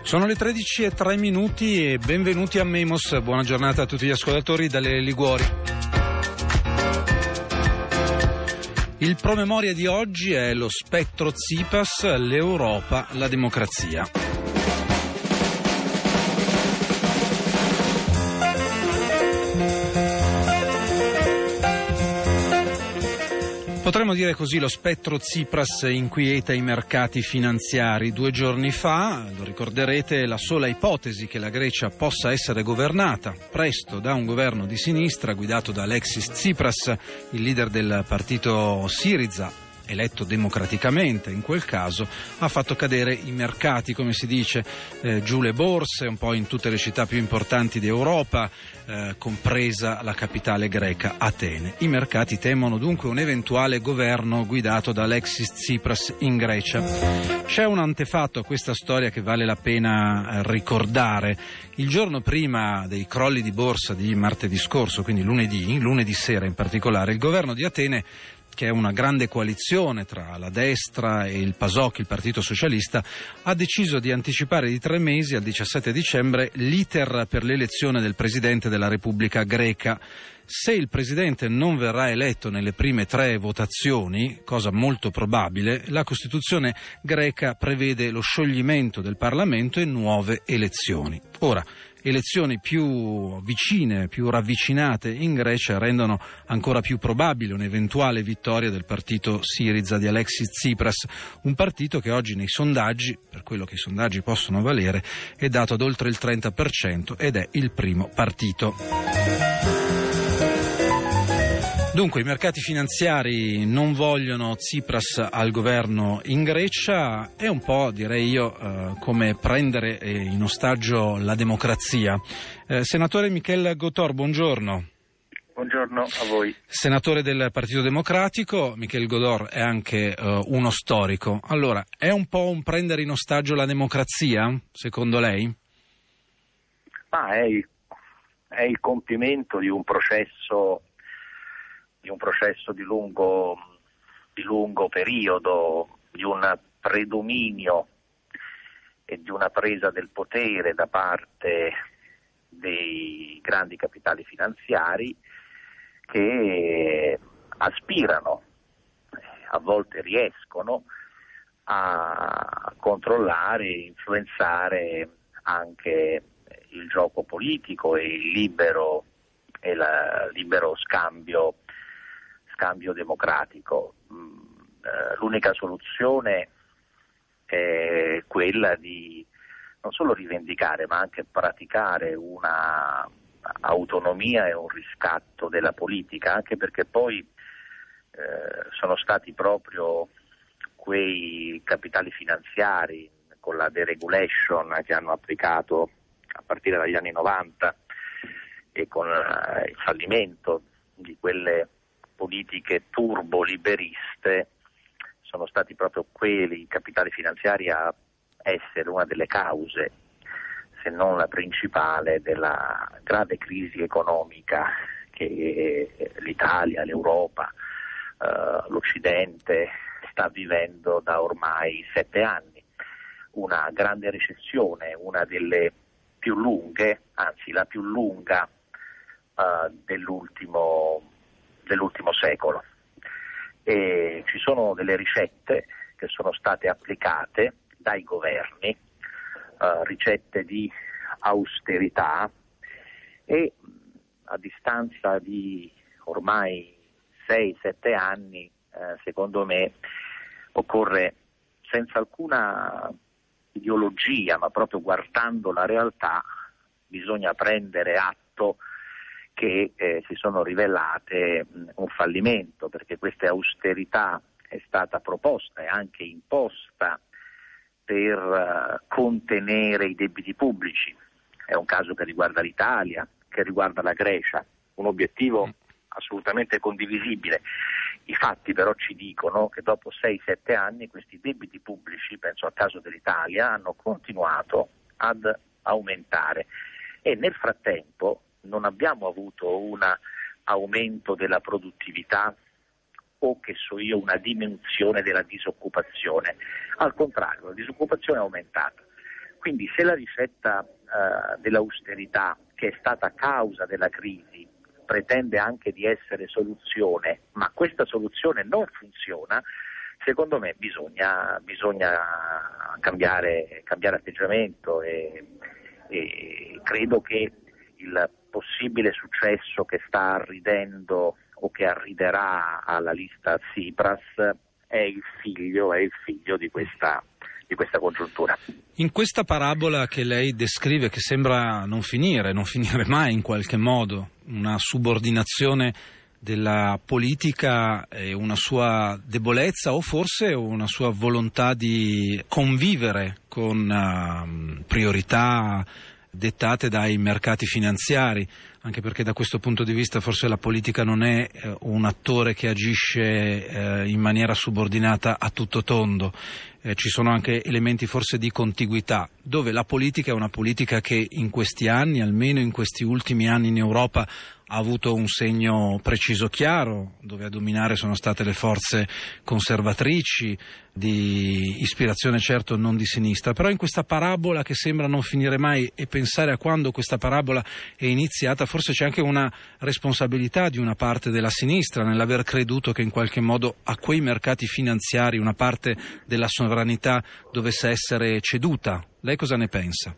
Sono le 13:03 e benvenuti a Memos. Buona giornata a tutti gli ascoltatori dalle Liguori. Il promemoria di oggi è lo spettro Tsipras, l'Europa, la democrazia. Potremmo dire così, lo spettro Tsipras inquieta i mercati finanziari. 2 giorni fa, lo ricorderete, la sola ipotesi che la Grecia possa essere governata presto da un governo di sinistra guidato da Alexis Tsipras, il leader del partito Syriza, eletto democraticamente in quel caso, ha fatto cadere i mercati, come si dice, giù le borse, un po' in tutte le città più importanti d'Europa, compresa la capitale greca, Atene. I mercati temono dunque un eventuale governo guidato da Alexis Tsipras in Grecia. C'è un antefatto a questa storia che vale la pena ricordare. Il giorno prima dei crolli di borsa di martedì scorso, quindi lunedì sera in particolare, il governo di Atene, che è una grande coalizione tra la destra e il PASOK, il Partito Socialista, ha deciso di anticipare di 3 mesi, al 17 dicembre, l'iter per l'elezione del Presidente della Repubblica greca. Se il Presidente non verrà eletto nelle prime 3 votazioni, cosa molto probabile, la Costituzione greca prevede lo scioglimento del Parlamento e nuove elezioni. Ora, elezioni più vicine, più ravvicinate in Grecia rendono ancora più probabile un'eventuale vittoria del partito Syriza di Alexis Tsipras, un partito che oggi nei sondaggi, per quello che i sondaggi possono valere, è dato ad oltre il 30% ed è il primo partito. Dunque i mercati finanziari non vogliono Tsipras al governo in Grecia, è un po', direi io, come prendere in ostaggio la democrazia. Senatore Michel Gotor, buongiorno. Buongiorno a voi. Senatore del Partito Democratico, Michel Gotor è anche uno storico. Allora, è un po' un prendere in ostaggio la democrazia, secondo lei? Ma è il compimento di un processo di lungo periodo, di un predominio e di una presa del potere da parte dei grandi capitali finanziari che aspirano, a volte riescono, a controllare e influenzare anche il gioco politico e il libero scambio democratico. L'unica soluzione è quella di non solo rivendicare ma anche praticare una autonomia e un riscatto della politica, anche perché poi sono stati proprio quei capitali finanziari con la deregulation che hanno applicato a partire dagli anni 90 e con il fallimento di quelle politiche turbo-liberiste, sono stati proprio quelli capitali finanziari a essere una delle cause, se non la principale, della grave crisi economica che l'Italia, l'Europa, l'Occidente sta vivendo da ormai 7 anni. Una grande recessione, una delle più lunghe, anzi la più lunga dell'ultimo secolo. E ci sono delle ricette che sono state applicate dai governi, ricette di austerità, e a distanza di ormai 6-7 anni, secondo me, occorre, senza alcuna ideologia, ma proprio guardando la realtà, bisogna prendere atto che si sono rivelate un fallimento, perché questa austerità è stata proposta e anche imposta per contenere i debiti pubblici. È un caso che riguarda l'Italia, che riguarda la Grecia, un obiettivo assolutamente condivisibile. I fatti però ci dicono che dopo 6-7 anni questi debiti pubblici, penso al caso dell'Italia, hanno continuato ad aumentare e nel frattempo non abbiamo avuto un aumento della produttività o, che so io, una diminuzione della disoccupazione. Al contrario, la disoccupazione è aumentata. Quindi se la ricetta dell'austerità, che è stata causa della crisi, pretende anche di essere soluzione, ma questa soluzione non funziona, secondo me bisogna cambiare atteggiamento e credo che il possibile successo che sta arridendo o che arriderà alla lista Tsipras è il figlio di questa congiuntura. In questa parabola che lei descrive, che sembra non finire mai in qualche modo, una subordinazione della politica e una sua debolezza o forse una sua volontà di convivere con priorità dettate dai mercati finanziari, anche perché da questo punto di vista forse la politica non è un attore che agisce in maniera subordinata a tutto tondo. Ci sono anche elementi forse di contiguità, dove la politica è una politica che in questi anni, almeno in questi ultimi anni in Europa, ha avuto un segno preciso chiaro, dove a dominare sono state le forze conservatrici, di ispirazione certo non di sinistra, però in questa parabola che sembra non finire mai, e pensare a quando questa parabola è iniziata, forse c'è anche una responsabilità di una parte della sinistra nell'aver creduto che in qualche modo a quei mercati finanziari una parte della sovranità dovesse essere ceduta. Lei cosa ne pensa?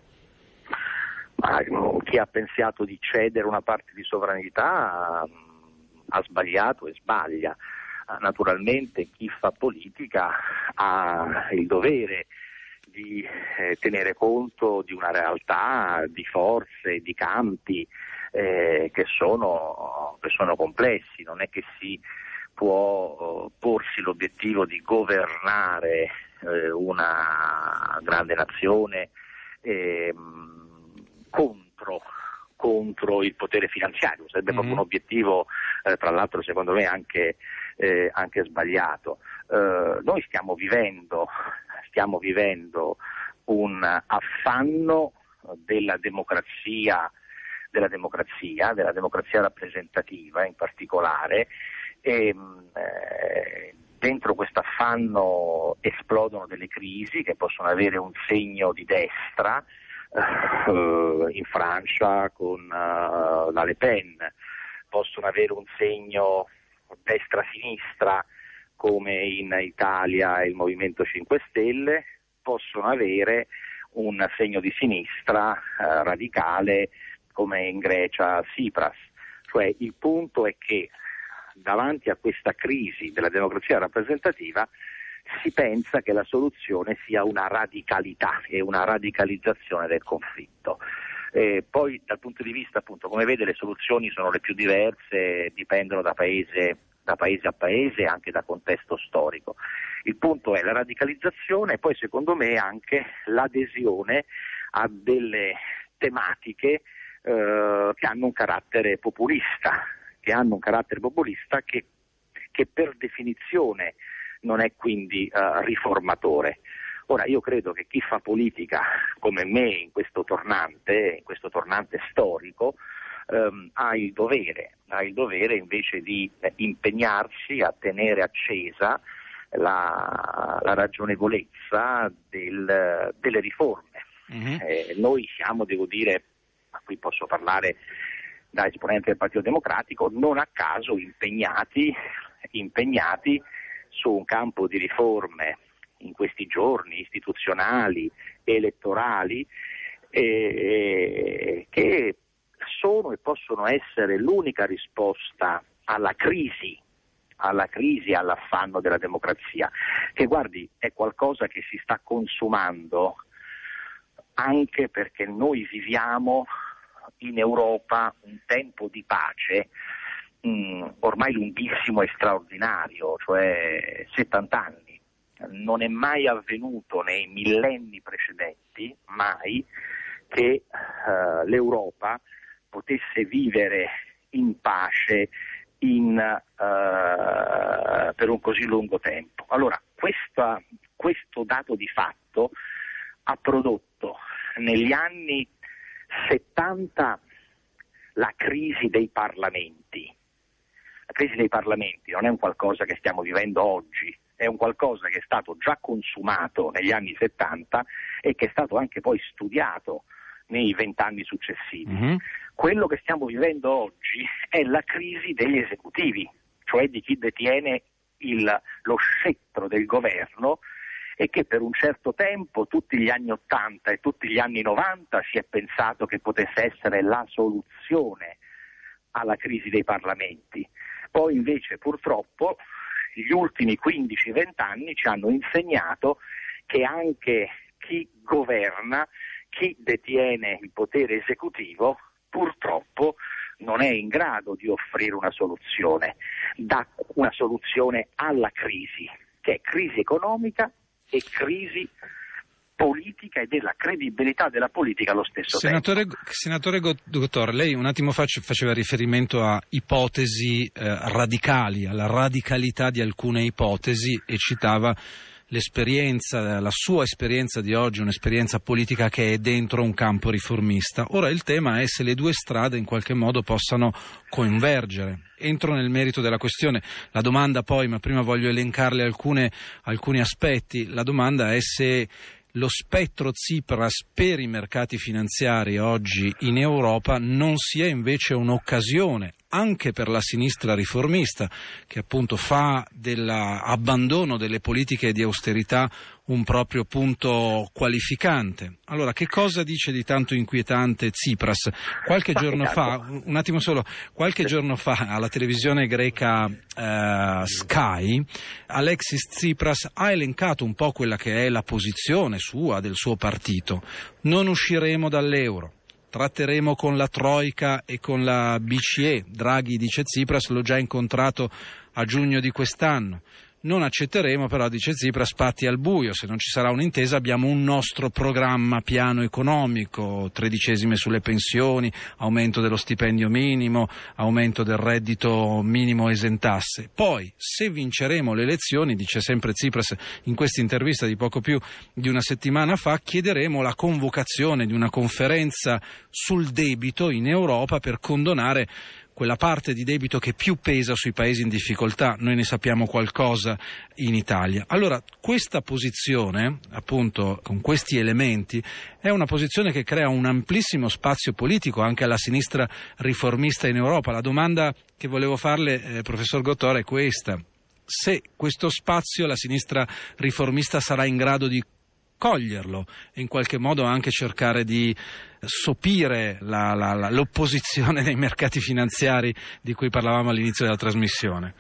Chi ha pensato di cedere una parte di sovranità ha sbagliato e sbaglia. Naturalmente chi fa politica ha il dovere di tenere conto di una realtà, di forze, di campi che sono complessi. Non è che si può porsi l'obiettivo di governare una grande nazione contro il potere finanziario. Sarebbe proprio un obiettivo, tra l'altro secondo me anche sbagliato. Noi stiamo vivendo un affanno della democrazia rappresentativa in particolare, e dentro questo affanno esplodono delle crisi che possono avere un segno di destra, in Francia con la Le Pen, possono avere un segno destra-sinistra come in Italia il Movimento 5 Stelle, possono avere un segno di sinistra radicale come in Grecia Tsipras. Cioè il punto è che davanti a questa crisi della democrazia rappresentativa si pensa che la soluzione sia una radicalità e una radicalizzazione del conflitto. Poi dal punto di vista, appunto, come vede, le soluzioni sono le più diverse, dipendono da paese a paese e anche da contesto storico. Il punto è la radicalizzazione e poi secondo me anche l'adesione a delle tematiche che hanno un carattere populista, che per definizione non è quindi riformatore. Ora io credo che chi fa politica come me in questo tornante storico ha il dovere invece di impegnarsi a tenere accesa la ragionevolezza delle riforme. Noi siamo, devo dire, ma qui posso parlare da esponente del Partito Democratico, non a caso impegnati su un campo di riforme in questi giorni istituzionali, elettorali, che sono e possono essere l'unica risposta alla crisi, all'affanno della democrazia, che guardi è qualcosa che si sta consumando anche perché noi viviamo in Europa un tempo di pace ormai lunghissimo e straordinario, cioè 70 anni. Non è mai avvenuto nei millenni precedenti, mai, che l'Europa potesse vivere in pace per un così lungo tempo. Allora, questo dato di fatto ha prodotto negli anni 70 la crisi dei parlamenti. La crisi dei parlamenti non è un qualcosa che stiamo vivendo oggi, è un qualcosa che è stato già consumato negli anni 70 e che è stato anche poi studiato nei 20 anni successivi. Mm-hmm. Quello che stiamo vivendo oggi è la crisi degli esecutivi, cioè di chi detiene lo scettro del governo, e che per un certo tempo, tutti gli anni 80 e tutti gli anni 90, si è pensato che potesse essere la soluzione alla crisi dei parlamenti. Poi invece purtroppo gli ultimi 15-20 anni ci hanno insegnato che anche chi governa, chi detiene il potere esecutivo, purtroppo non è in grado di offrire una soluzione alla crisi, che è crisi economica e crisi politica e della credibilità della politica allo stesso tempo. Senatore Gottore, lei un attimo fa faceva riferimento a ipotesi radicali, alla radicalità di alcune ipotesi, e citava la sua esperienza di oggi, un'esperienza politica che è dentro un campo riformista. Ora il tema è se le due strade in qualche modo possano convergere. Entro nel merito della questione. La domanda poi, ma prima voglio elencarle alcuni aspetti. La domanda è se lo spettro Tsipras per i mercati finanziari oggi in Europa non sia invece un'occasione anche per la sinistra riformista, che appunto fa dell'abbandono delle politiche di austerità un proprio punto qualificante. Allora, che cosa dice di tanto inquietante Tsipras? Qualche giorno fa alla televisione greca Sky, Alexis Tsipras ha elencato un po' quella che è la posizione sua, del suo partito. Non usciremo dall'euro. Tratteremo con la Troika e con la BCE. Draghi, dice Tsipras, l'ho già incontrato a giugno di quest'anno. Non accetteremo però, dice Tsipras, patti al buio. Se non ci sarà un'intesa abbiamo un nostro programma piano economico, 13esime sulle pensioni, aumento dello stipendio minimo, aumento del reddito minimo esentasse. Poi, se vinceremo le elezioni, dice sempre Tsipras in questa intervista di poco più di una settimana fa, chiederemo la convocazione di una conferenza sul debito in Europa per condonare quella parte di debito che più pesa sui paesi in difficoltà. Noi ne sappiamo qualcosa in Italia. Allora, questa posizione, appunto, con questi elementi, è una posizione che crea un amplissimo spazio politico anche alla sinistra riformista in Europa. La domanda che volevo farle, professor Gottore, è questa: se questo spazio la sinistra riformista sarà in grado di coglierlo e in qualche modo anche cercare di sopire l'opposizione dei mercati finanziari di cui parlavamo all'inizio della trasmissione.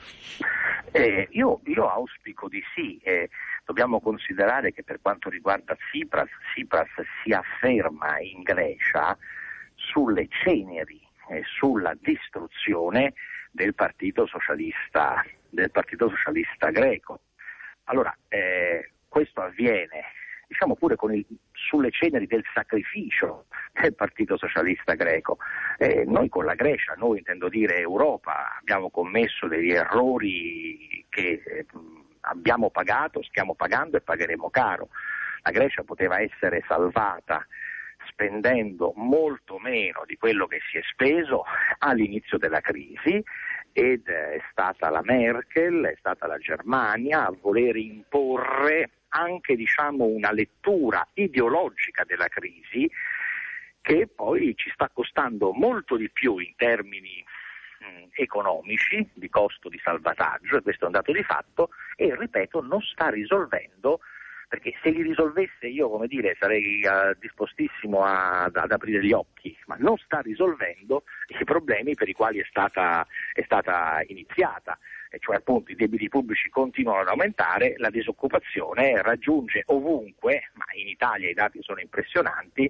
Io auspico di sì. Dobbiamo considerare che per quanto riguarda Tsipras si afferma in Grecia sulle ceneri e sulla distruzione del Partito Socialista greco. Allora, questo avviene, diciamo pure sulle ceneri del sacrificio del Partito Socialista greco. Noi con la Grecia, noi intendo dire Europa, abbiamo commesso degli errori che abbiamo pagato, stiamo pagando e pagheremo caro. La Grecia poteva essere salvata spendendo molto meno di quello che si è speso all'inizio della crisi, ed è stata la Merkel, è stata la Germania a voler imporre anche, diciamo, una lettura ideologica della crisi che poi ci sta costando molto di più in termini economici, di costo di salvataggio, e questo è un dato di fatto, e ripeto, non sta risolvendo, perché se li risolvesse io, sarei dispostissimo ad aprire gli occhi, ma non sta risolvendo i problemi per i quali è stata iniziata. E cioè appunto i debiti pubblici continuano ad aumentare, la disoccupazione raggiunge ovunque, ma in Italia i dati sono impressionanti,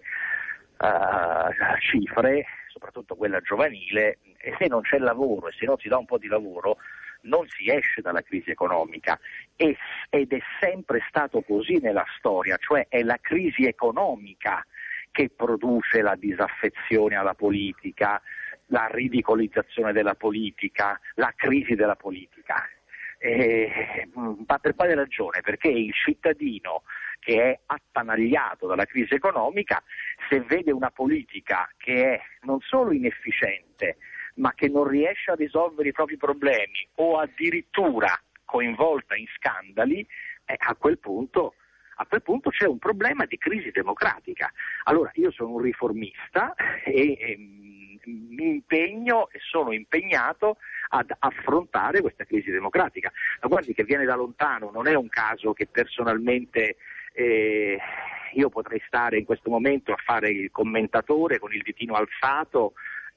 cifre, soprattutto quella giovanile, e se non c'è lavoro e se non si dà un po' di lavoro non si esce dalla crisi economica, ed è sempre stato così nella storia, cioè è la crisi economica che produce la disaffezione alla politica, la ridicolizzazione della politica, la crisi della politica. Ma per quale ragione? Perché il cittadino che è attanagliato dalla crisi economica, se vede una politica che è non solo inefficiente, ma che non riesce a risolvere i propri problemi o addirittura coinvolta in scandali, a quel punto a quel punto c'è un problema di crisi democratica. Allora io sono un riformista e mi impegno e sono impegnato ad affrontare questa crisi democratica. Ma guardi che viene da lontano, non è un caso che personalmente io potrei stare in questo momento a fare il commentatore con il ditino alzato,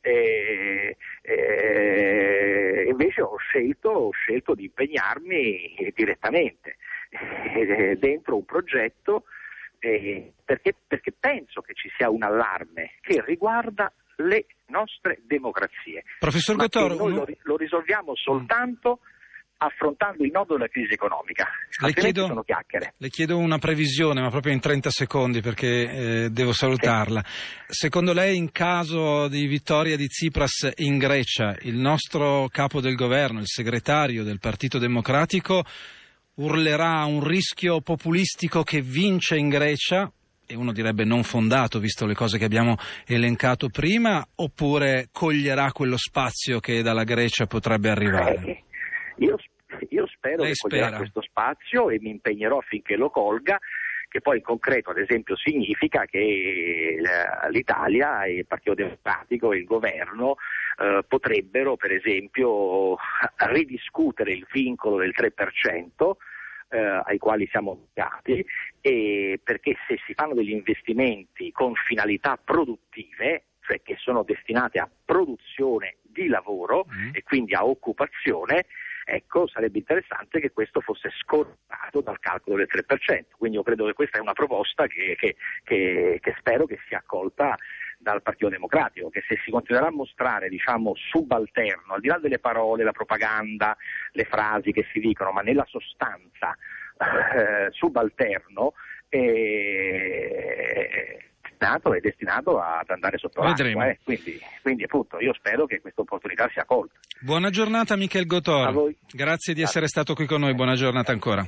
invece ho scelto di impegnarmi direttamente dentro un progetto perché penso che ci sia un allarme che riguarda le nostre democrazie. Professor Gottoro, noi lo risolviamo soltanto affrontando il nodo della crisi economica. Sono chiacchiere. Le chiedo una previsione, ma proprio in 30 secondi perché devo salutarla. Secondo lei, in caso di vittoria di Tsipras in Grecia, il nostro capo del governo, il segretario del Partito Democratico, urlerà un rischio populistico che vince in Grecia, e uno direbbe non fondato visto le cose che abbiamo elencato prima, oppure coglierà quello spazio che dalla Grecia potrebbe arrivare? Io spero che coglierà questo spazio e mi impegnerò affinché lo colga, che poi in concreto ad esempio significa che l'Italia, il Partito Democratico e il governo potrebbero per esempio ridiscutere il vincolo del 3%, ai quali siamo obbligati, perché se si fanno degli investimenti con finalità produttive, cioè che sono destinate a produzione di lavoro e quindi a occupazione, ecco, sarebbe interessante che questo fosse scordato dal calcolo del 3%. Quindi io credo che questa è una proposta che spero che sia accolta dal Partito Democratico, che se si continuerà a mostrare, subalterno, al di là delle parole, la propaganda, le frasi che si dicono, ma nella sostanza subalterno, è destinato ad andare sotto l'acqua. Quindi appunto io spero che questa opportunità sia colta. Buona giornata Michel Gottoro. A voi. Grazie di essere stato qui con noi, buona giornata ancora.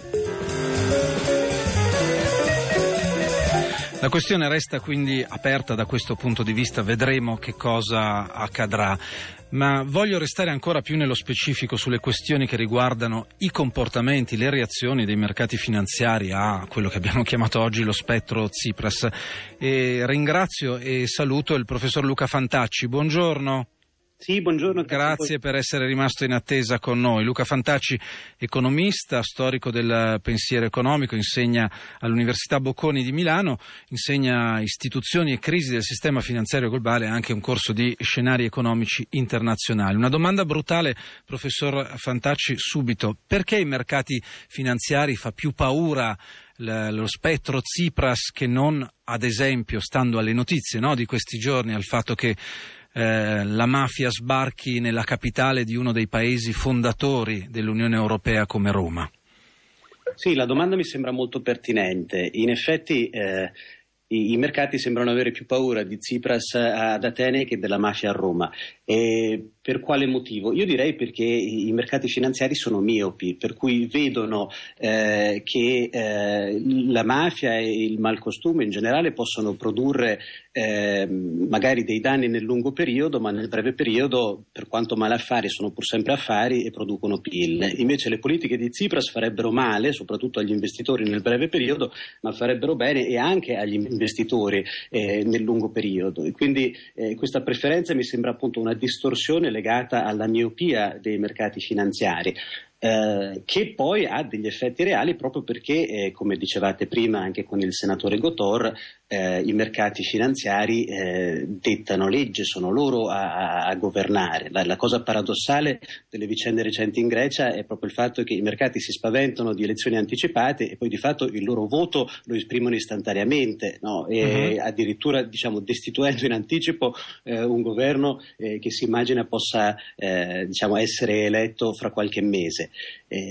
La questione resta quindi aperta da questo punto di vista, vedremo che cosa accadrà, ma voglio restare ancora più nello specifico sulle questioni che riguardano i comportamenti, le reazioni dei mercati finanziari a quello che abbiamo chiamato oggi lo spettro Tsipras. E ringrazio e saluto il professor Luca Fantacci. Buongiorno. Sì, buongiorno. Grazie per essere rimasto in attesa con noi. Luca Fantacci, economista, storico del pensiero economico, insegna all'Università Bocconi di Milano, insegna istituzioni e crisi del sistema finanziario globale e anche un corso di scenari economici internazionali. Una domanda brutale, professor Fantacci, subito. Perché i mercati finanziari fa più paura lo spettro Tsipras che non, ad esempio, stando alle notizie di questi giorni, al fatto che la mafia sbarchi nella capitale di uno dei paesi fondatori dell'Unione Europea come Roma? Sì, la domanda mi sembra molto pertinente. In effetti i mercati sembrano avere più paura di Tsipras ad Atene che della mafia a Roma. E per quale motivo? Io direi perché i mercati finanziari sono miopi, per cui vedono che la mafia e il malcostume in generale possono produrre magari dei danni nel lungo periodo, ma nel breve periodo, per quanto malaffari, sono pur sempre affari e producono PIL. Invece le politiche di Tsipras farebbero male, soprattutto agli investitori nel breve periodo, ma farebbero bene e anche agli investitori nel lungo periodo. E quindi questa preferenza mi sembra appunto una distorsione legata alla miopia dei mercati finanziari. Che poi ha degli effetti reali proprio perché, come dicevate prima anche con il senatore Gotor, i mercati finanziari dettano legge, sono loro a governare. La cosa paradossale delle vicende recenti in Grecia è proprio il fatto che i mercati si spaventano di elezioni anticipate e poi di fatto il loro voto lo esprimono istantaneamente, no? E addirittura destituendo in anticipo un governo che si immagina possa essere eletto fra qualche mese.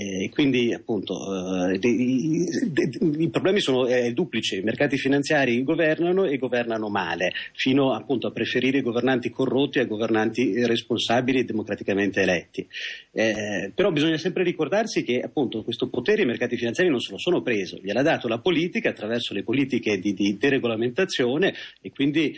Quindi appunto i problemi sono duplici, i mercati finanziari governano e governano male, fino appunto a preferire i governanti corrotti ai governanti responsabili e democraticamente eletti. Però bisogna sempre ricordarsi che appunto questo potere i mercati finanziari non se lo sono preso, gliel'ha dato la politica attraverso le politiche di deregolamentazione, e quindi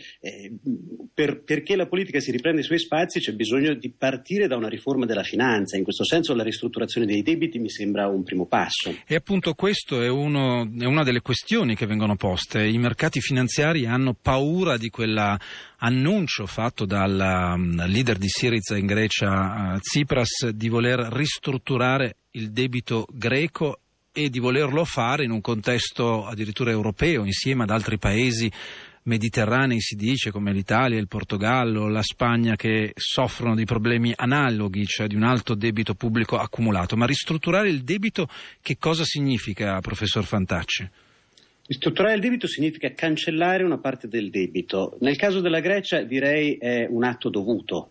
perché la politica si riprende i suoi spazi c'è bisogno di partire da una riforma della finanza. In questo senso la ristrutturazione dei debiti mi sembra un primo passo. E appunto questo è una delle questioni che vengono poste. I mercati finanziari hanno paura di quell'annuncio fatto dal leader di Syriza in Grecia, Tsipras, di voler ristrutturare il debito greco e di volerlo fare in un contesto addirittura europeo, insieme ad altri paesi mediterranei, si dice, come l'Italia, il Portogallo, la Spagna, che soffrono di problemi analoghi, cioè di un alto debito pubblico accumulato. Ma ristrutturare il debito che cosa significa, professor Fantacci? Ristrutturare il debito significa cancellare una parte del debito. Nel caso della Grecia direi è un atto dovuto,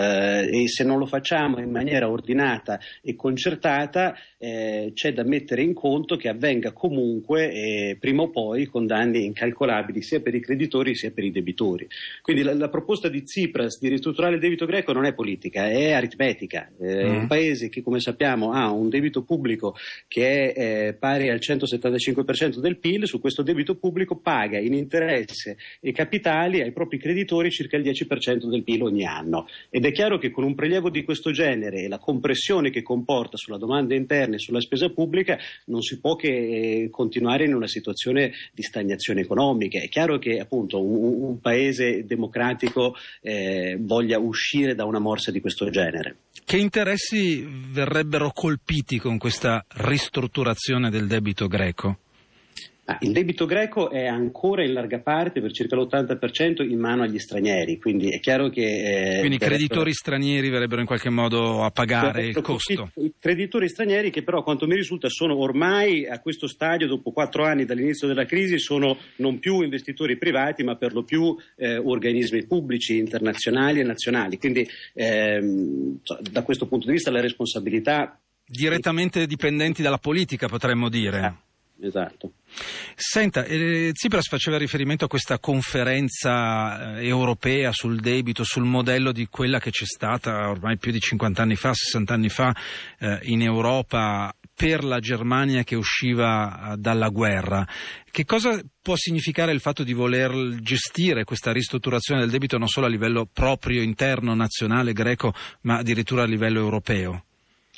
e se non lo facciamo in maniera ordinata e concertata c'è da mettere in conto che avvenga comunque prima o poi con danni incalcolabili sia per i creditori sia per i debitori. Quindi la proposta di Tsipras di ristrutturare il debito greco non è politica, è aritmetica. Un paese che, come sappiamo, ha un debito pubblico che è pari al 175% del PIL, su questo debito pubblico paga in interesse e capitali ai propri creditori circa il 10% del PIL ogni anno. Ed è chiaro che con un prelievo di questo genere e la compressione che comporta sulla domanda interna e sulla spesa pubblica non si può che continuare in una situazione di stagnazione economica. È chiaro che appunto un paese democratico voglia uscire da una morsa di questo genere. Che interessi verrebbero colpiti con questa ristrutturazione del debito greco? Il debito greco è ancora in larga parte, per circa l'80%, in mano agli stranieri, quindi è chiaro che... Quindi i creditori stranieri verrebbero in qualche modo a pagare il costo. I creditori stranieri, che però a quanto mi risulta sono ormai a questo stadio, dopo 4 anni dall'inizio della crisi, sono non più investitori privati ma per lo più organismi pubblici, internazionali e nazionali, quindi da questo punto di vista la responsabilità... Direttamente dipendenti dalla politica, potremmo dire. Esatto. Senta, Tsipras faceva riferimento a questa conferenza europea sul debito, sul modello di quella che c'è stata ormai più di 50 anni fa, 60 anni fa in Europa per la Germania che usciva dalla guerra. Che cosa può significare il fatto di voler gestire questa ristrutturazione del debito non solo a livello proprio interno, nazionale, greco, ma addirittura a livello europeo?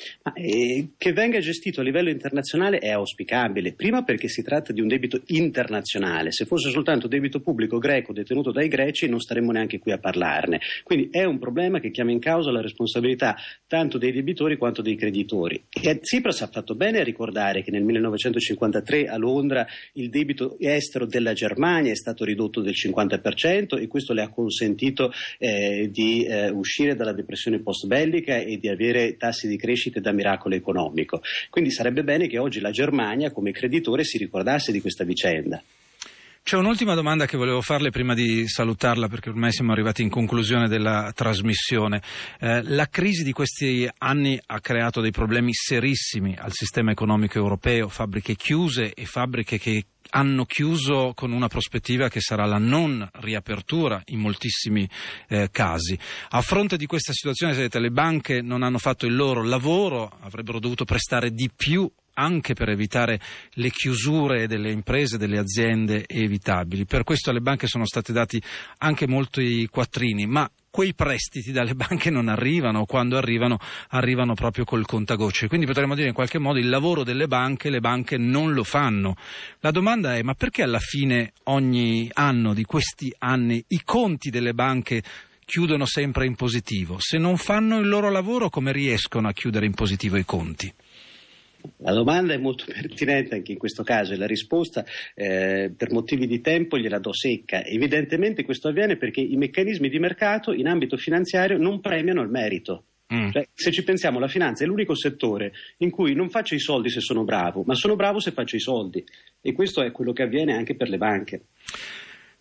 Che venga gestito a livello internazionale è auspicabile, prima perché si tratta di un debito internazionale. Se fosse soltanto debito pubblico greco detenuto dai greci non staremmo neanche qui a parlarne, quindi è un problema che chiama in causa la responsabilità tanto dei debitori quanto dei creditori. E Tsipras ha fatto bene a ricordare che nel 1953 a Londra il debito estero della Germania è stato ridotto del 50% e questo le ha consentito di uscire dalla depressione post bellica e di avere tassi di crescita da miracolo economico. Quindi sarebbe bene che oggi la Germania come creditore si ricordasse di questa vicenda. C'è un'ultima domanda che volevo farle prima di salutarla, perché ormai siamo arrivati in conclusione della trasmissione. La crisi di questi anni ha creato dei problemi serissimi al sistema economico europeo, fabbriche chiuse e fabbriche che hanno chiuso con una prospettiva che sarà la non riapertura in moltissimi casi. A fronte di questa situazione, vedete, le banche non hanno fatto il loro lavoro, avrebbero dovuto prestare di più anche per evitare le chiusure delle imprese, delle aziende evitabili. Per questo alle banche sono stati dati anche molti quattrini, ma quei prestiti dalle banche non arrivano, o quando arrivano proprio col contagocce. Quindi potremmo dire in qualche modo il lavoro delle banche, le banche non lo fanno. La domanda è: ma perché alla fine ogni anno di questi anni i conti delle banche chiudono sempre in positivo? Se non fanno il loro lavoro, come riescono a chiudere in positivo i conti? La domanda è molto pertinente anche in questo caso e la risposta per motivi di tempo gliela do secca. Evidentemente questo avviene perché i meccanismi di mercato in ambito finanziario non premiano il merito. Cioè, se ci pensiamo, la finanza è l'unico settore in cui non faccio i soldi se sono bravo, ma sono bravo se faccio i soldi, e questo è quello che avviene anche per le banche.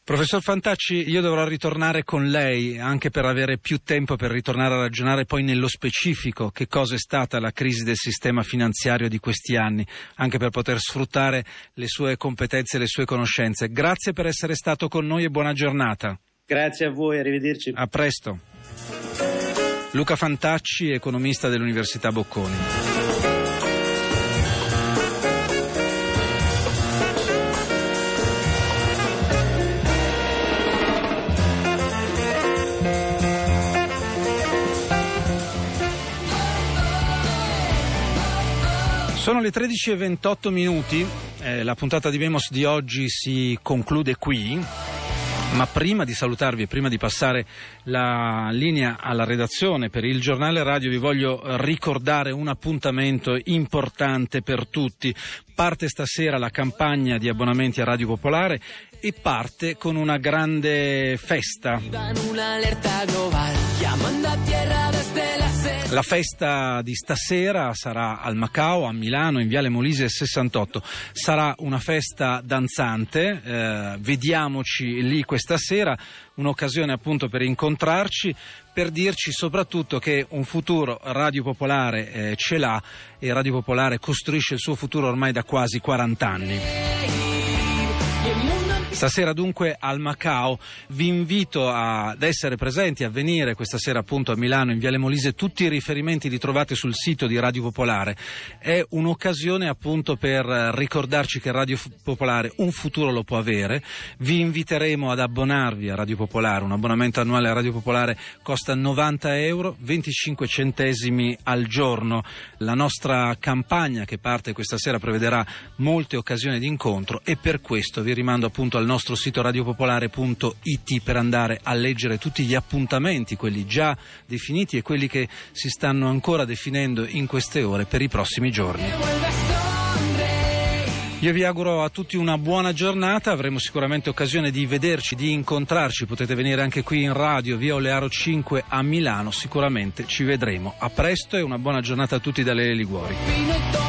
Professor Fantacci, io dovrò ritornare con lei anche per avere più tempo per ritornare a ragionare poi nello specifico che cosa è stata la crisi del sistema finanziario di questi anni, anche per poter sfruttare le sue competenze e le sue conoscenze. Grazie per essere stato con noi e buona giornata. Grazie a voi, arrivederci. A presto. Luca Fantacci, economista dell'Università Bocconi. Sono le 13:28, la puntata di Vemos di oggi si conclude qui, ma prima di salutarvi e prima di passare la linea alla redazione per il giornale radio vi voglio ricordare un appuntamento importante per tutti. Parte stasera la campagna di abbonamenti a Radio Popolare e parte con una grande festa. La festa di stasera sarà al Macao, a Milano, in Viale Molise 68. Sarà una festa danzante, vediamoci lì questa sera, un'occasione appunto per incontrarci, per dirci soprattutto che un futuro Radio Popolare ce l'ha e Radio Popolare costruisce il suo futuro ormai da quasi 40 anni. Stasera dunque al Macao, vi invito ad essere presenti, a venire questa sera appunto a Milano in Viale Molise. Tutti i riferimenti li trovate sul sito di Radio Popolare. È un'occasione appunto per ricordarci che Radio Popolare un futuro lo può avere. Vi inviteremo ad abbonarvi a Radio Popolare. Un abbonamento annuale a Radio Popolare costa €90, 25 centesimi al giorno. La nostra campagna che parte questa sera prevederà molte occasioni di incontro e per questo vi rimando appunto al nostro sito radiopopolare.it per andare a leggere tutti gli appuntamenti, quelli già definiti e quelli che si stanno ancora definendo in queste ore per i prossimi giorni. Io vi auguro a tutti una buona giornata, avremo sicuramente occasione di vederci, di incontrarci, potete venire anche qui in radio, via Olearo 5 a Milano, sicuramente ci vedremo. A presto e una buona giornata a tutti da Lele Liguori.